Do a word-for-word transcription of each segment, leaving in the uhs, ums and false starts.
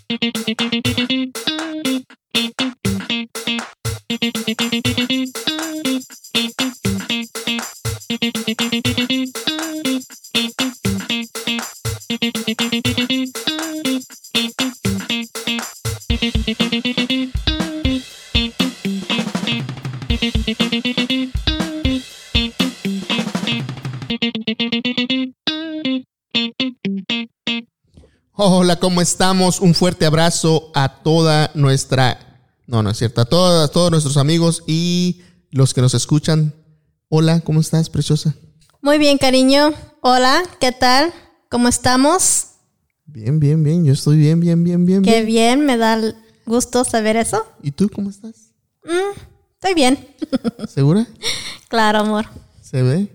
Hola, ¿cómo estamos? Un fuerte abrazo a toda nuestra... No, no es cierto. A, todos, a todos nuestros amigos y los que nos escuchan. Hola, ¿cómo estás, preciosa? Muy bien, cariño. Hola, ¿qué tal? ¿Cómo estamos? Bien, bien, bien. Yo estoy bien, bien, bien, bien. Qué bien, bien. Me da gusto saber eso. ¿Y tú cómo estás? Mm, estoy bien. ¿Segura? Claro, amor. ¿Se ve?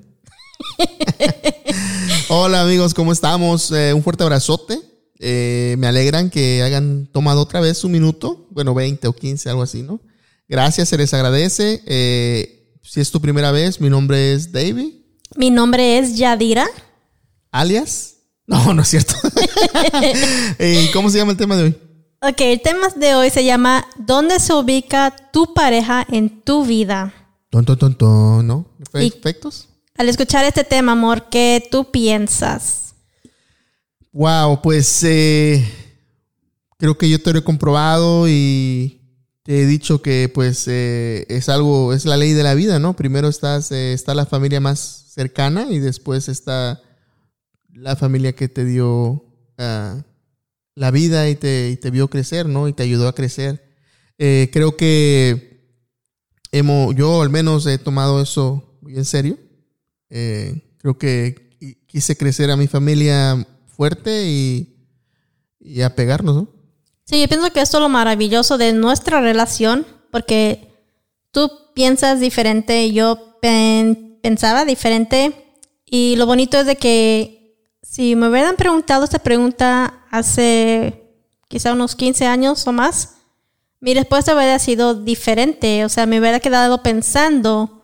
Hola, amigos, ¿cómo estamos? Eh, un fuerte abrazote. Eh, me alegran que hayan tomado otra vez un minuto, bueno, veinte o quince, algo así, ¿no? Gracias, se les agradece. Eh, si es tu primera vez, mi nombre es Davey. Mi nombre es Yadira. ¿Alias? No, no es cierto. eh, ¿Cómo se llama el tema de hoy? Ok, el tema de hoy se llama ¿dónde se ubica tu pareja en tu vida? Ton, ton, ton, ton, ¿no? ¿Efectos? Al escuchar este tema, amor, ¿qué tú piensas? Wow, pues eh, creo que yo te lo he comprobado y te he dicho que pues eh, es algo, es la ley de la vida, ¿no? Primero estás, eh, está la familia más cercana y después está la familia que te dio uh, la vida y te, y te vio crecer, ¿no? Y te ayudó a crecer. Eh, creo que hemos, yo al menos he tomado eso muy en serio. Eh, creo que quise crecer a mi familia fuerte y, y apegarnos, ¿no? Sí, yo pienso que esto es lo maravilloso de nuestra relación, porque tú piensas diferente, yo pen, pensaba diferente, y lo bonito es de que si me hubieran preguntado esta pregunta hace quizá unos quince años o más, mi respuesta hubiera sido diferente, o sea, me hubiera quedado pensando.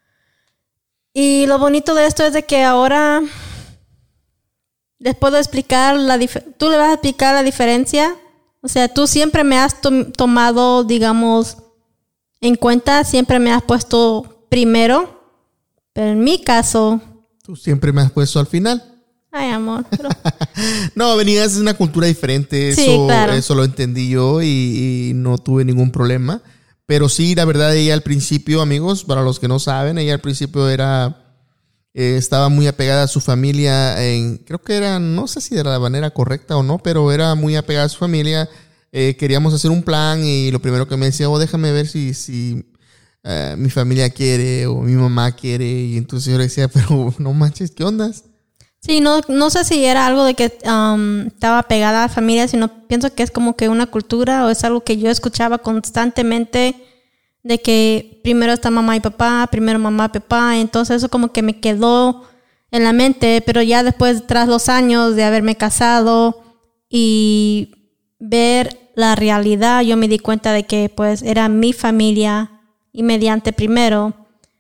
Y lo bonito de esto es de que ahora les puedo explicar la dif- tú le vas a explicar la diferencia. O sea, tú siempre me has to- tomado, digamos, en cuenta, siempre me has puesto primero, pero en mi caso... Tú siempre me has puesto al final. Ay, amor. Pero... no, venías de una cultura diferente, eso, sí, claro. Eso lo entendí yo y, y no tuve ningún problema. Pero sí, la verdad, ella al principio, amigos, para los que no saben, ella al principio era... Eh, estaba muy apegada a su familia, en, creo que era, no sé si de la manera correcta o no, pero era muy apegada a su familia. Eh, queríamos hacer un plan y lo primero que me decía, oh, déjame ver si, si uh, mi familia quiere o mi mamá quiere. Y entonces yo le decía, pero no manches, ¿qué ondas? Sí, no, no sé si era algo de que um, estaba pegada a la familia, sino pienso que es como que una cultura o es algo que yo escuchaba constantemente, de que primero está mamá y papá, primero mamá y papá, entonces eso como que me quedó en la mente, pero ya después, tras los años de haberme casado y ver la realidad, yo me di cuenta de que pues era mi familia inmediata primero.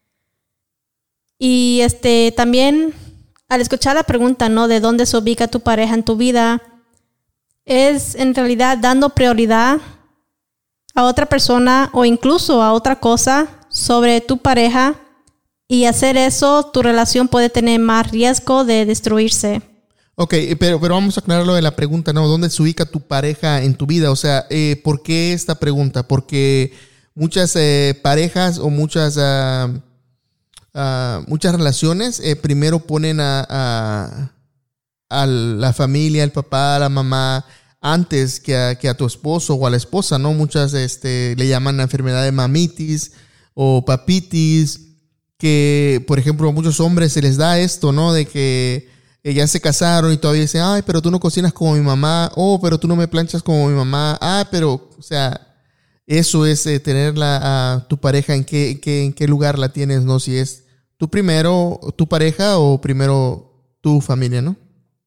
Y este también, al escuchar la pregunta, ¿no? De dónde se ubica tu pareja en tu vida, es en realidad dando prioridad a otra persona o incluso a otra cosa sobre tu pareja, y hacer eso, tu relación puede tener más riesgo de destruirse. Ok, pero, pero vamos a aclarar lo de la pregunta, ¿no? ¿Dónde se ubica tu pareja en tu vida? O sea, eh, ¿por qué esta pregunta? Porque muchas eh, parejas o muchas, uh, uh, muchas relaciones eh, primero ponen a, a, a la familia, el papá, la mamá, antes que a, que a tu esposo o a la esposa, ¿no? Muchas este, le llaman la enfermedad de mamitis o papitis, que, por ejemplo, a muchos hombres se les da esto, ¿no? De que eh, ya se casaron y todavía dicen, ay, pero tú no cocinas como mi mamá, oh, pero tú no me planchas como mi mamá, ah, pero, o sea, eso es eh, tener la, a tu pareja, ¿en qué, en qué, en qué lugar la tienes, ¿no? Si es tú primero, tu pareja o primero tu familia, ¿no?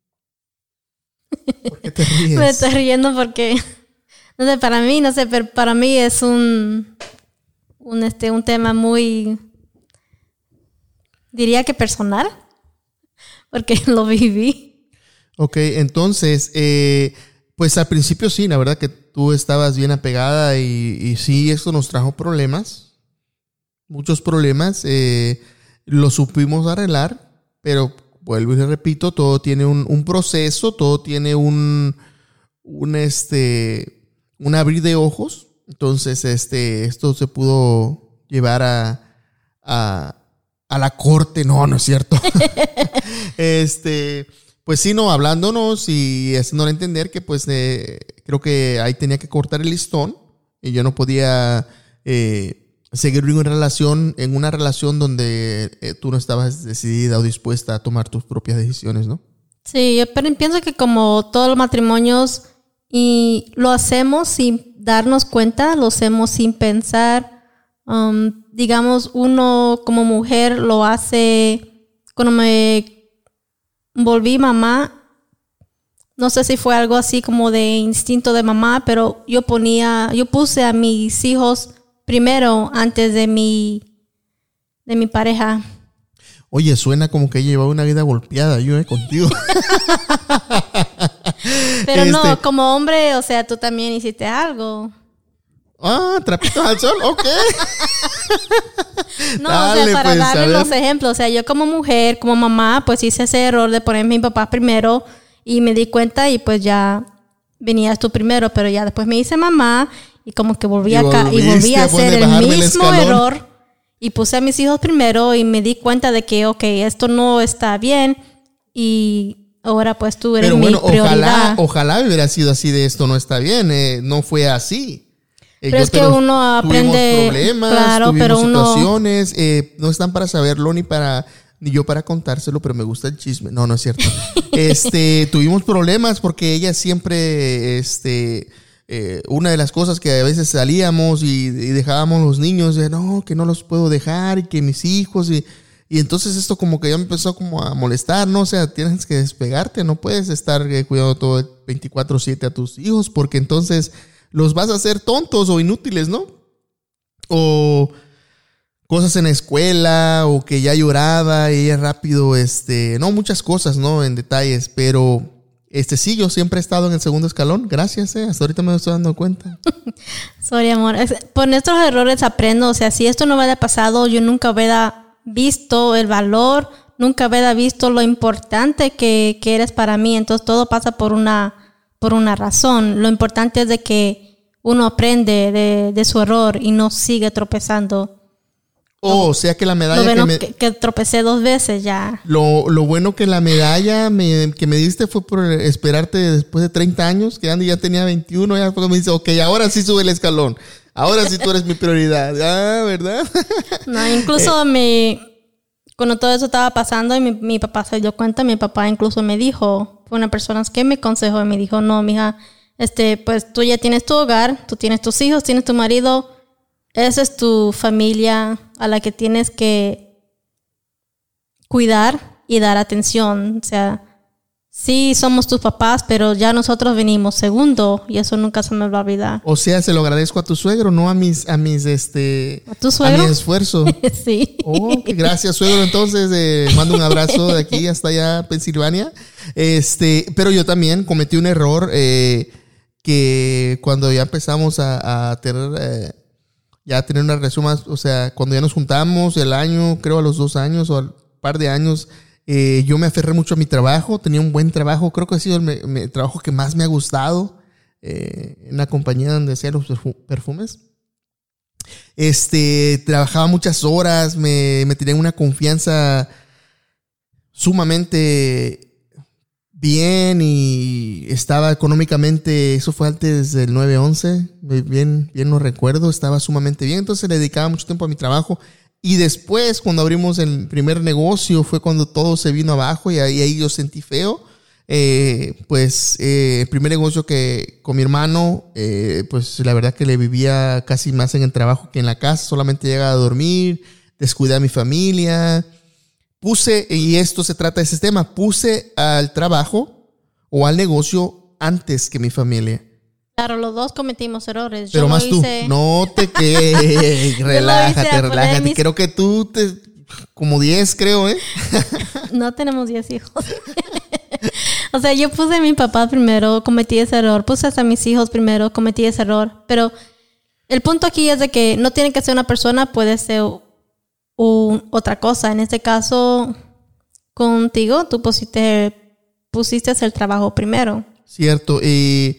¿Por qué te ríes? Me estoy riendo porque, no sé, para mí, no sé, pero para mí es un, un, este, un tema muy, diría que personal, porque lo viví. Ok, entonces, eh, pues al principio sí, la verdad que tú estabas bien apegada y, y sí, esto nos trajo problemas, muchos problemas. Eh, lo supimos arreglar, pero vuelvo y le repito, todo tiene un, un proceso, todo tiene un, un, este, un abrir de ojos. Entonces, este, esto se pudo llevar a, a, a la corte. No, no es cierto. este, pues sí, no, hablándonos y haciéndole entender que, pues, eh, creo que ahí tenía que cortar el listón y yo no podía eh, seguir en una relación, en una relación donde eh, tú no estabas decidida o dispuesta a tomar tus propias decisiones, ¿no? Sí, yo pero pienso que como todos los matrimonios y lo hacemos sin darnos cuenta, lo hacemos sin pensar. Um, digamos, uno como mujer lo hace cuando me volví mamá. No sé si fue algo así como de instinto de mamá, pero yo ponía, yo puse a mis hijos primero antes de mi, de mi pareja. Oye, suena como que llevaba una vida golpeada yo, eh, contigo. Pero este... no, como hombre, o sea, tú también hiciste algo. Ah, trapitos al sol, ok. No, Dale, o sea, para pues, darle los ejemplos, o sea, yo como mujer, como mamá, pues hice ese error de poner a mi papá primero y me di cuenta y pues ya venías tú primero, pero ya después me hice mamá y como que volví, y acá, y volví a hacer el mismo el error y puse a mis hijos primero y me di cuenta de que, ok, esto no está bien y ahora pues tú eres pero mi bueno, prioridad. Ojalá, ojalá hubiera sido así de esto no está bien, eh, no fue así. Eh, pero es que tengo, uno aprende, tuvimos problemas, claro, tuvimos pero uno, situaciones, eh, no están para saberlo ni para ni yo para contárselo, pero me gusta el chisme. No, no es cierto. este, tuvimos problemas porque ella siempre, este, eh, una de las cosas que a veces salíamos y, y dejábamos los niños, de, no, que no los puedo dejar y que mis hijos y, y entonces esto como que ya me empezó como a molestar, ¿no? O sea, tienes que despegarte, no puedes estar eh, cuidando todo el veinticuatro siete a tus hijos porque entonces los vas a hacer tontos o inútiles, ¿no? O cosas en la escuela, o que ya lloraba y ella rápido, este, no, muchas cosas, ¿no? En detalles, pero este sí, yo siempre he estado en el segundo escalón, gracias, eh, hasta ahorita me estoy dando cuenta. Sorry, amor, por nuestros errores aprendo, o sea, si esto no hubiera pasado, yo nunca hubiera visto el valor, nunca hubiera visto lo importante que, que eres para mí, entonces todo pasa por una, por una razón, lo importante es de que uno aprende de, de su error y no sigue tropezando. Oh, o sea que la medalla lo bueno que, me, que, que tropecé dos veces ya. Lo, lo bueno que la medalla me, que me diste fue por esperarte después de treinta años, que Andy ya tenía veintiuno, ya fue me dice, ok, ahora sí sube el escalón. Ahora sí tú eres mi prioridad. Ah, ¿verdad? No, incluso eh. mi, cuando todo eso estaba pasando y mi, mi papá se dio cuenta, mi papá incluso me dijo, fue una persona que me aconsejó y me dijo, no, mija, este, pues tú ya tienes tu hogar, tú tienes tus hijos, tienes tu marido, esa es tu familia a la que tienes que cuidar y dar atención. O sea, sí somos tus papás, pero ya nosotros venimos segundo y eso nunca se me va a olvidar. O sea, se lo agradezco a tu suegro, no a mis, a mis, este, ¿A tu suegro? A mi esfuerzo. Sí. Oh, gracias, suegro. Entonces, eh, mando un abrazo de aquí hasta allá, Pensilvania. Este, pero yo también cometí un error eh, que cuando ya empezamos a, a tener... Eh, ya tener una resuma, o sea, cuando ya nos juntamos el año, creo a los dos años o al par de años, eh, yo me aferré mucho a mi trabajo, tenía un buen trabajo, creo que ha sido el, me, el trabajo que más me ha gustado eh, en la compañía donde hacía los perfumes. Este, trabajaba muchas horas, me, me tenía una confianza sumamente bien y estaba económicamente, eso fue antes del nueve once, bien, bien lo recuerdo, estaba sumamente bien, entonces le dedicaba mucho tiempo a mi trabajo y después cuando abrimos el primer negocio fue cuando todo se vino abajo y ahí, ahí yo sentí feo, eh, pues eh, el primer negocio que con mi hermano, eh, pues la verdad que le vivía casi más en el trabajo que en la casa, solamente llegaba a dormir, descuidé a mi familia. Puse, y esto se trata de ese tema, puse al trabajo o al negocio antes que mi familia. Claro, los dos cometimos errores. Pero Yo más tú, hice... no te quejes, relájate, relájate. Mis... Creo que tú, te, como diez creo, ¿eh? No tenemos diez hijos. O sea, yo puse a mi papá primero, cometí ese error. Puse hasta a mis hijos primero, cometí ese error. Pero el punto aquí es de que no tiene que ser una persona, puede ser un, otra cosa. En este caso, contigo, tú pusiste, pusiste el trabajo primero. Cierto. Y,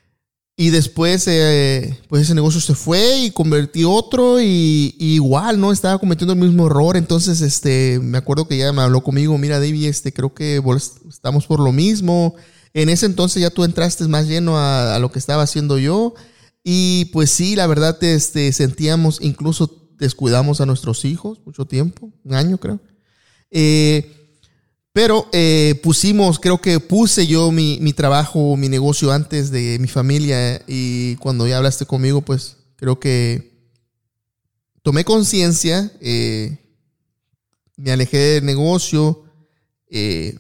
y después, eh, pues ese negocio se fue y convertí otro y, y igual, ¿no? Estaba cometiendo el mismo error. Entonces, este, me acuerdo que ella me habló conmigo. Mira, David, este, creo que estamos por lo mismo. En ese entonces ya tú entraste más lleno a, a lo que estaba haciendo yo. Y pues sí, la verdad, este, sentíamos, incluso descuidamos a nuestros hijos mucho tiempo, un año creo. Eh, pero eh, pusimos, creo que puse yo mi, mi trabajo, mi negocio antes de mi familia. Y cuando ya hablaste conmigo, pues creo que tomé conciencia, eh, me alejé del negocio, eh,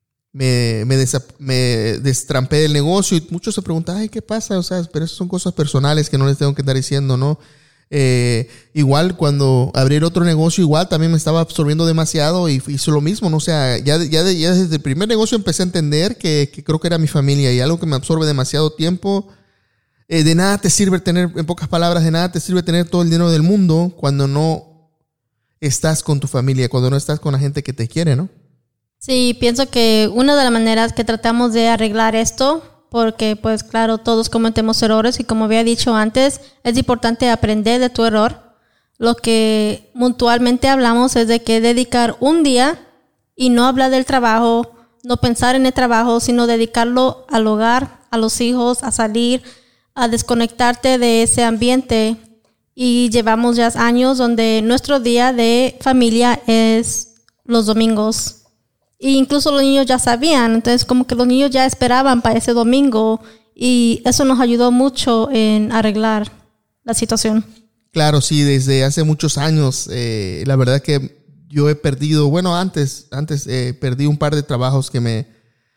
Me, me, desap- me destrampé del negocio y muchos se preguntan, ay, ¿qué pasa? O sea, pero eso son cosas personales que no les tengo que estar diciendo, ¿no? Eh, igual cuando abrí otro negocio, igual también me estaba absorbiendo demasiado y hice lo mismo, ¿no? O sea, ya, ya, de, ya desde el primer negocio empecé a entender que, que creo que era mi familia y algo que me absorbe demasiado tiempo. Eh, de nada te sirve tener, en pocas palabras, de nada te sirve tener todo el dinero del mundo cuando no estás con tu familia, cuando no estás con la gente que te quiere, ¿no? Sí, pienso que una de las maneras que tratamos de arreglar esto, porque pues claro, todos cometemos errores y como había dicho antes, es importante aprender de tu error. Lo que mutuamente hablamos es de que dedicar un día y no hablar del trabajo, no pensar en el trabajo, sino dedicarlo al hogar, a los hijos, a salir, a desconectarte de ese ambiente. Y llevamos ya años donde nuestro día de familia es los domingos. E incluso los niños ya sabían, entonces como que los niños ya esperaban para ese domingo y eso nos ayudó mucho en arreglar la situación. Claro, sí, desde hace muchos años, eh, la verdad que yo he perdido, bueno, antes, antes eh, perdí un par de trabajos que me,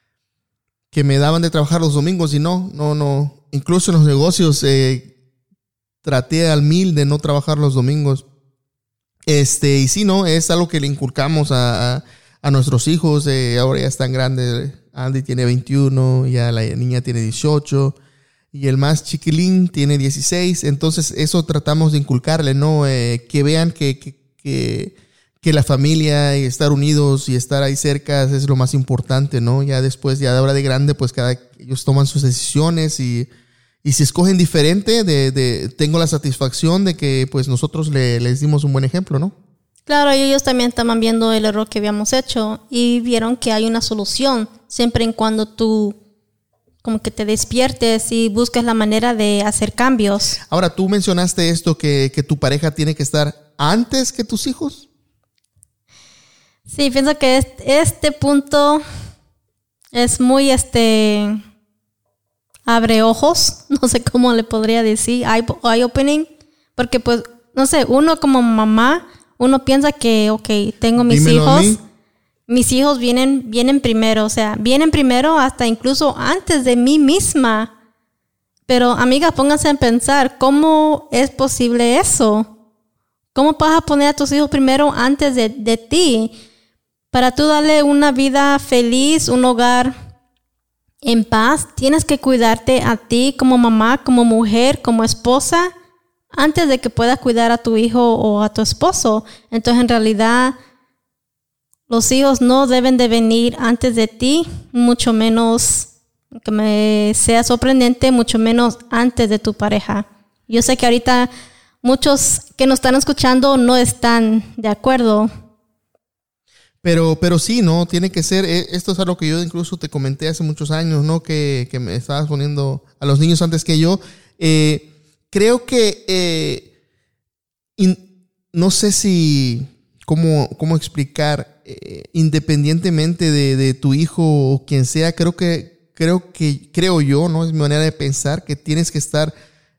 que me daban de trabajar los domingos y no, no, no, incluso en los negocios eh, traté al mil de no trabajar los domingos. Este, y sí, no, es algo que le inculcamos a, a A nuestros hijos, eh, ahora ya están grandes. Andy tiene veintiuno, ya la niña tiene dieciocho y el más chiquilín tiene dieciséis. Entonces eso tratamos de inculcarle, ¿no? Eh, que vean que, que, que, que la familia y estar unidos y estar ahí cerca es lo más importante, ¿no? Ya después, ya de hora de grande, pues cada ellos toman sus decisiones y, y si escogen diferente, de, de, tengo la satisfacción de que pues nosotros le, les dimos un buen ejemplo, ¿no? Claro, ellos también estaban viendo el error que habíamos hecho y vieron que hay una solución siempre en cuando tú como que te despiertes y busques la manera de hacer cambios. Ahora, tú mencionaste esto que, que tu pareja tiene que estar antes que tus hijos. Sí, pienso que este, este punto es muy este abre ojos, no sé cómo le podría decir, eye, eye opening, porque pues no sé, uno como mamá uno piensa que, ok, tengo mis Dímelo hijos, mis hijos vienen, vienen primero, o sea, vienen primero hasta incluso antes de mí misma. Pero, amigas, pónganse a pensar, ¿cómo es posible eso? ¿Cómo vas a poner a tus hijos primero antes de, de ti? Para tú darle una vida feliz, un hogar en paz, tienes que cuidarte a ti como mamá, como mujer, como esposa, antes de que puedas cuidar a tu hijo o a tu esposo. Entonces, en realidad, los hijos no deben de venir antes de ti, mucho menos, que me sea sorprendente, mucho menos antes de tu pareja. Yo sé que ahorita muchos que nos están escuchando no están de acuerdo. Pero, pero sí, ¿no? Tiene que ser, esto es algo que yo incluso te comenté hace muchos años, ¿no? Que, que me estabas poniendo a los niños antes que yo. Eh, Creo que, eh, in, no sé si, cómo, cómo explicar, eh, independientemente de, de tu hijo o quien sea, creo que, creo que, creo yo, ¿no? Es mi manera de pensar, que tienes que estar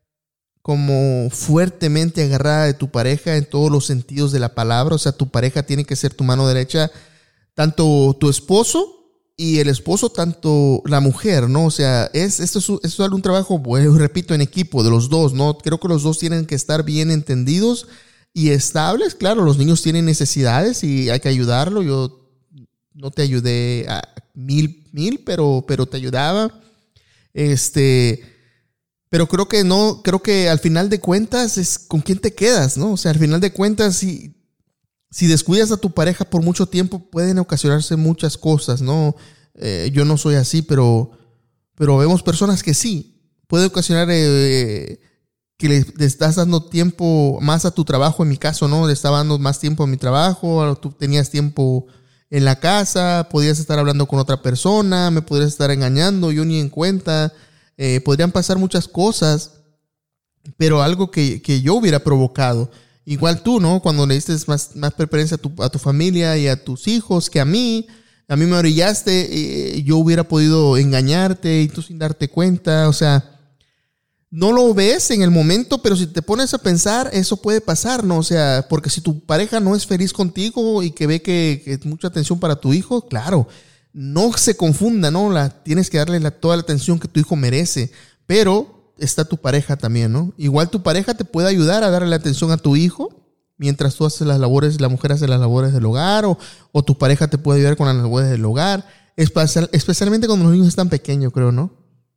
como fuertemente agarrada de tu pareja en todos los sentidos de la palabra. O sea, tu pareja tiene que ser tu mano derecha, tanto tu esposo y el esposo, tanto la mujer, ¿no? O sea, es, esto es, esto es un trabajo, bueno, repito, en equipo de los dos, ¿no? Creo que los dos tienen que estar bien entendidos y estables. Claro, los niños tienen necesidades y hay que ayudarlo. Yo no te ayudé a mil mil, pero, pero te ayudaba. Este, pero creo que no, creo que al final de cuentas es con quién te quedas, ¿no? O sea, al final de cuentas, si, si descuidas a tu pareja por mucho tiempo, pueden ocasionarse muchas cosas, ¿no? Eh, yo no soy así, pero, pero vemos personas que sí. Puede ocasionar eh, que le, le estás dando tiempo más a tu trabajo, en mi caso, ¿no? Le estaba dando más tiempo a mi trabajo, tú tenías tiempo en la casa, podías estar hablando con otra persona, me podrías estar engañando, yo ni en cuenta. Eh, podrían pasar muchas cosas, pero algo que, que yo hubiera provocado. Igual tú, ¿no? Cuando le diste más, más preferencia a tu, a tu familia y a tus hijos que a mí, a mí me orillaste, eh, yo hubiera podido engañarte y tú sin darte cuenta. O sea, no lo ves en el momento, pero si te pones a pensar, eso puede pasar, ¿no? O sea, porque si tu pareja no es feliz contigo y que ve que, que es mucha atención para tu hijo, claro, no se confunda, ¿no? La, tienes que darle la, toda la atención que tu hijo merece, pero está tu pareja también, ¿no? Igual tu pareja te puede ayudar a darle la atención a tu hijo mientras tú haces las labores, la mujer hace las labores del hogar, o, o tu pareja te puede ayudar con las labores del hogar, especial, especialmente cuando los niños están pequeños, creo, ¿no?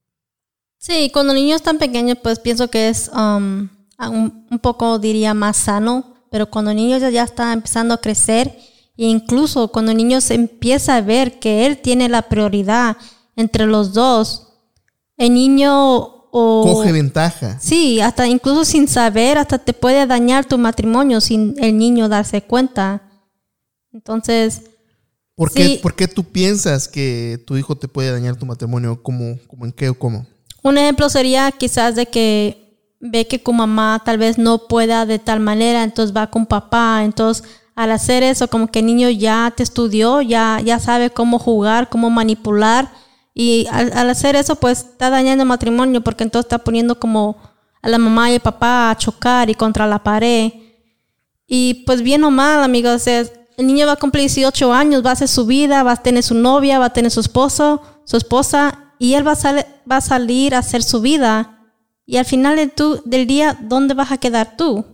Sí, cuando los niños están pequeños, pues pienso que es um, un, un poco, diría, más sano, pero cuando el niño ya, ya está empezando a crecer, e incluso cuando el niño se empieza a ver que él tiene la prioridad entre los dos, el niño... O, coge ventaja. Sí, hasta incluso sin saber, hasta te puede dañar tu matrimonio sin el niño darse cuenta. Entonces... ¿Por sí, qué, ¿por qué tú piensas que tu hijo te puede dañar tu matrimonio? ¿Cómo, cómo en qué o cómo? Un ejemplo sería quizás de que ve que con mamá tal vez no pueda de tal manera, entonces va con papá. Entonces, al hacer eso, como que el niño ya te estudió, ya, ya sabe cómo jugar, cómo manipular. Y al, al hacer eso, pues está dañando el matrimonio, porque entonces está poniendo como a la mamá y el papá a chocar y contra la pared. Y pues bien o mal, amigos, o sea, el niño va a cumplir dieciocho años, va a hacer su vida, va a tener su novia, va a tener su esposo, su esposa, y él va a, sal, va a salir a hacer su vida. Y al final de tu, del día, ¿dónde vas a quedar tú?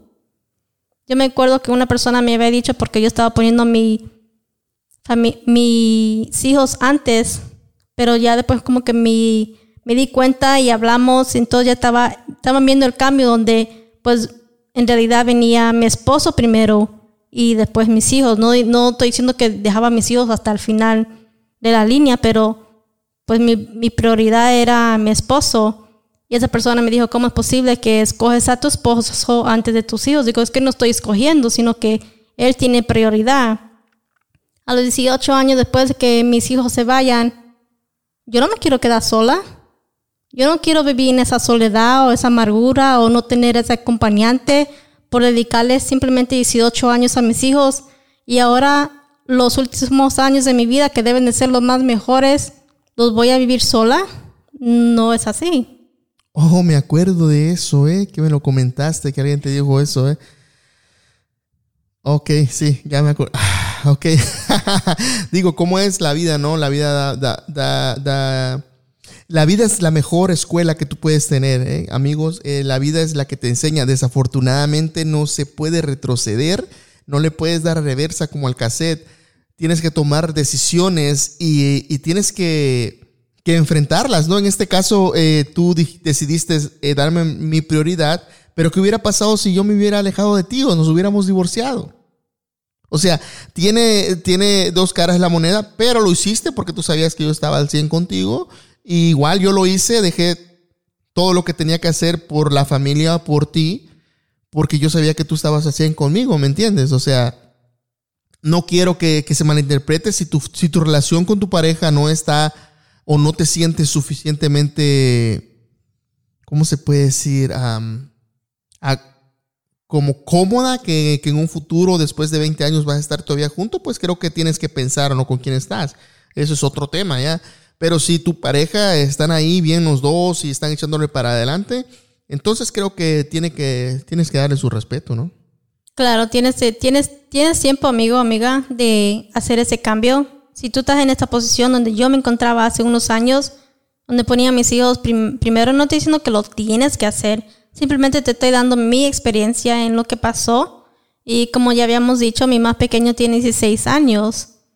Yo me acuerdo que una persona me había dicho, porque yo estaba poniendo mi, a mi, mis hijos antes, pero ya después como que mi, me di cuenta y hablamos, y entonces ya estaba, estaban viendo el cambio donde pues en realidad venía mi esposo primero y después mis hijos. No, no estoy diciendo que dejaba a mis hijos hasta el final de la línea, pero pues mi, mi prioridad era mi esposo. Y esa persona me dijo, ¿cómo es posible que escoges a tu esposo antes de tus hijos? Digo, es que no estoy escogiendo, sino que él tiene prioridad. A los dieciocho años, después de que mis hijos se vayan, yo no me quiero quedar sola. Yo no quiero vivir en esa soledad o esa amargura o no tener ese acompañante por dedicarles simplemente dieciocho años a mis hijos. Y ahora los últimos años de mi vida, que deben de ser los más mejores, los voy a vivir sola. No es así. Oh, me acuerdo de eso, ¿eh? Que me lo comentaste, que alguien te dijo eso, ¿eh? Ok, sí, ya me acuerdo. Ok. Digo, ¿cómo es la vida, no? La vida da, da, da, da... La vida es la mejor escuela que tú puedes tener, ¿eh? Amigos, eh, la vida es la que te enseña. Desafortunadamente no se puede retroceder, no le puedes dar reversa como al cassette. Tienes que tomar decisiones y, y tienes que, que enfrentarlas, ¿no? En este caso, eh, tú decidiste eh, darme mi prioridad, pero ¿qué hubiera pasado si yo me hubiera alejado de ti o nos hubiéramos divorciado? O sea, tiene, tiene dos caras la moneda, pero lo hiciste porque tú sabías que yo estaba al cien contigo. Y igual yo lo hice, dejé todo lo que tenía que hacer por la familia, por ti, porque yo sabía que tú estabas al cien conmigo, ¿me entiendes? O sea, no quiero que, que se malinterprete. Si tu, si tu relación con tu pareja no está o no te sientes suficientemente, ¿cómo se puede decir? Um, a, como cómoda, que, que en un futuro, después de veinte años, vas a estar todavía junto, pues creo que tienes que pensar, ¿no?, con quién estás. Eso es otro tema, ¿ya? Pero si tu pareja están ahí bien los dos y están echándole para adelante, entonces creo que, tiene que tienes que darle su respeto, ¿no? Claro, tienes, tienes, tienes tiempo, amigo, amiga, de hacer ese cambio. Si tú estás en esta posición donde yo me encontraba hace unos años, donde ponía a mis hijos prim- primero, no estoy diciendo que lo tienes que hacer, simplemente te estoy dando mi experiencia en lo que pasó. Y como ya habíamos dicho, mi más pequeño tiene dieciséis años.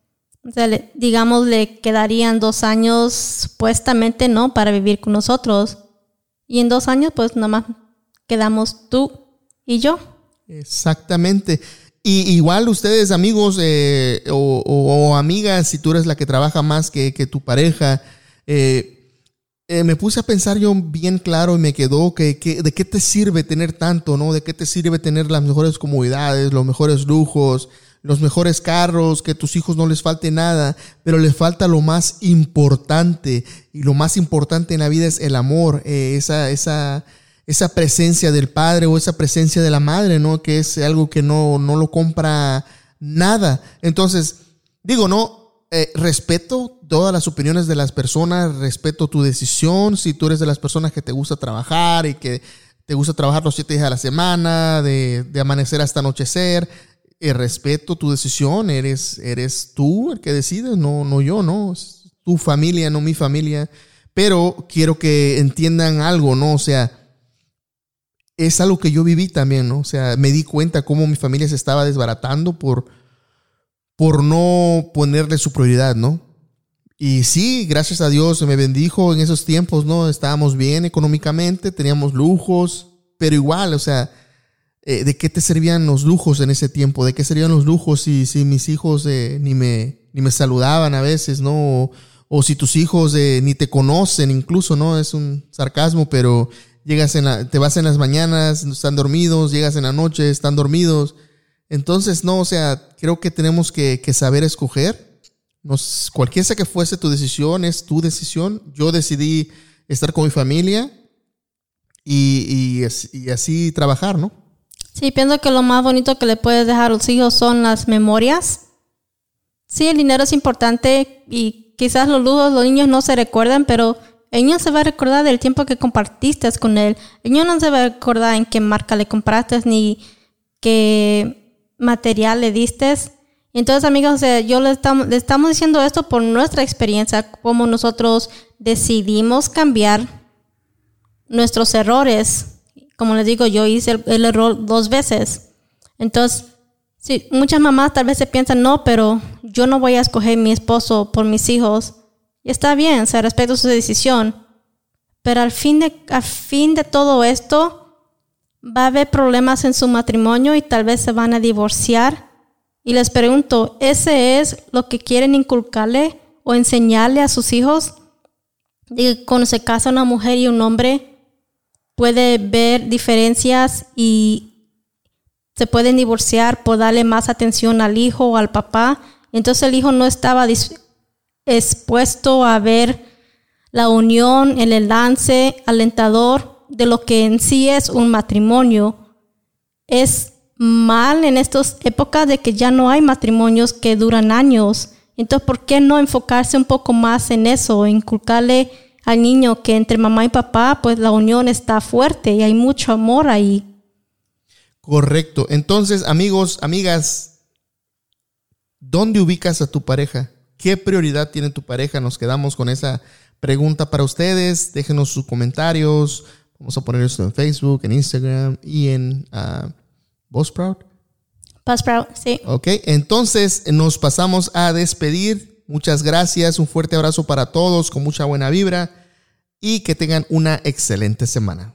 O sea, le, digamos, le quedarían dos años supuestamente, ¿no? Para vivir con nosotros. Y en dos años, pues, nada más quedamos tú y yo. Exactamente. Y igual ustedes, amigos eh, o, o, o amigas, si tú eres la que trabaja más que, que tu pareja, eh, eh, me puse a pensar yo bien claro y me quedó que, que de qué te sirve tener tanto, ¿no? De qué te sirve tener las mejores comodidades, los mejores lujos, los mejores carros, que a tus hijos no les falte nada, pero les falta lo más importante. Y lo más importante en la vida es el amor, eh, esa, esa, esa presencia del padre o esa presencia de la madre, ¿no? Que es algo que no, no lo compra nada. Entonces, digo, no, eh, respeto todas las opiniones de las personas, respeto tu decisión. Si tú eres de las personas que te gusta trabajar y que te gusta trabajar los siete días a la semana, de, de amanecer hasta anochecer, Eh, respeto tu decisión, eres, eres tú el que decides, no, no yo, no, es tu familia, no mi familia, pero quiero que entiendan algo, ¿no? O sea, es algo que yo viví también, ¿no? O sea, me di cuenta cómo mi familia se estaba desbaratando por, por no ponerle su prioridad, ¿no? Y sí, gracias a Dios me bendijo en esos tiempos, ¿no? Estábamos bien económicamente, teníamos lujos, pero igual, o sea, ¿de qué te servían los lujos en ese tiempo? ¿De qué servían los lujos si, si mis hijos eh, ni, me, ni me saludaban a veces, ¿no? O, o si tus hijos eh, ni te conocen incluso, ¿no? Es un sarcasmo, pero llegas en la, te vas en las mañanas, están dormidos, llegas en la noche, están dormidos. Entonces, no, o sea, creo que tenemos que, que saber escoger. Nos, cualquiera sea que fuese tu decisión, es tu decisión. Yo decidí estar con mi familia y, y, y así trabajar, ¿no? Sí, pienso que lo más bonito que le puedes dejar a los hijos son las memorias. Sí, el dinero es importante y quizás los lujos los niños no se recuerdan, pero el niño se va a recordar del tiempo que compartiste con él. El niño no se va a recordar en qué marca le compraste ni qué material le diste. Entonces, amigos, yo le estamos, le estamos diciendo esto por nuestra experiencia, cómo nosotros decidimos cambiar nuestros errores. Como les digo, yo hice el, el error dos veces. Entonces, sí, muchas mamás tal vez se piensan, no, pero yo no voy a escoger mi esposo por mis hijos. Y está bien, o sea, respeto su decisión. Pero al fin de, al fin de todo esto, va a haber problemas en su matrimonio y tal vez se van a divorciar. Y les pregunto, ¿ese es lo que quieren inculcarle o enseñarle a sus hijos? De que cuando se casa una mujer y un hombre, puede ver diferencias y se pueden divorciar por darle más atención al hijo o al papá. Entonces el hijo no estaba dis- expuesto a ver la unión, el enlace alentador de lo que en sí es un matrimonio. Es mal en estas épocas de que ya no hay matrimonios que duran años. Entonces, ¿por qué no enfocarse un poco más en eso? Inculcarle al niño que entre mamá y papá, pues la unión está fuerte y hay mucho amor ahí. Correcto. Entonces, amigos, amigas, ¿dónde ubicas a tu pareja? ¿Qué prioridad tiene tu pareja? Nos quedamos con esa pregunta para ustedes. Déjenos sus comentarios. Vamos a poner esto en Facebook, en Instagram y en uh, Buzzsprout. Buzzsprout, sí. Ok, entonces nos pasamos a despedir. Muchas gracias, un fuerte abrazo para todos, con mucha buena vibra y que tengan una excelente semana.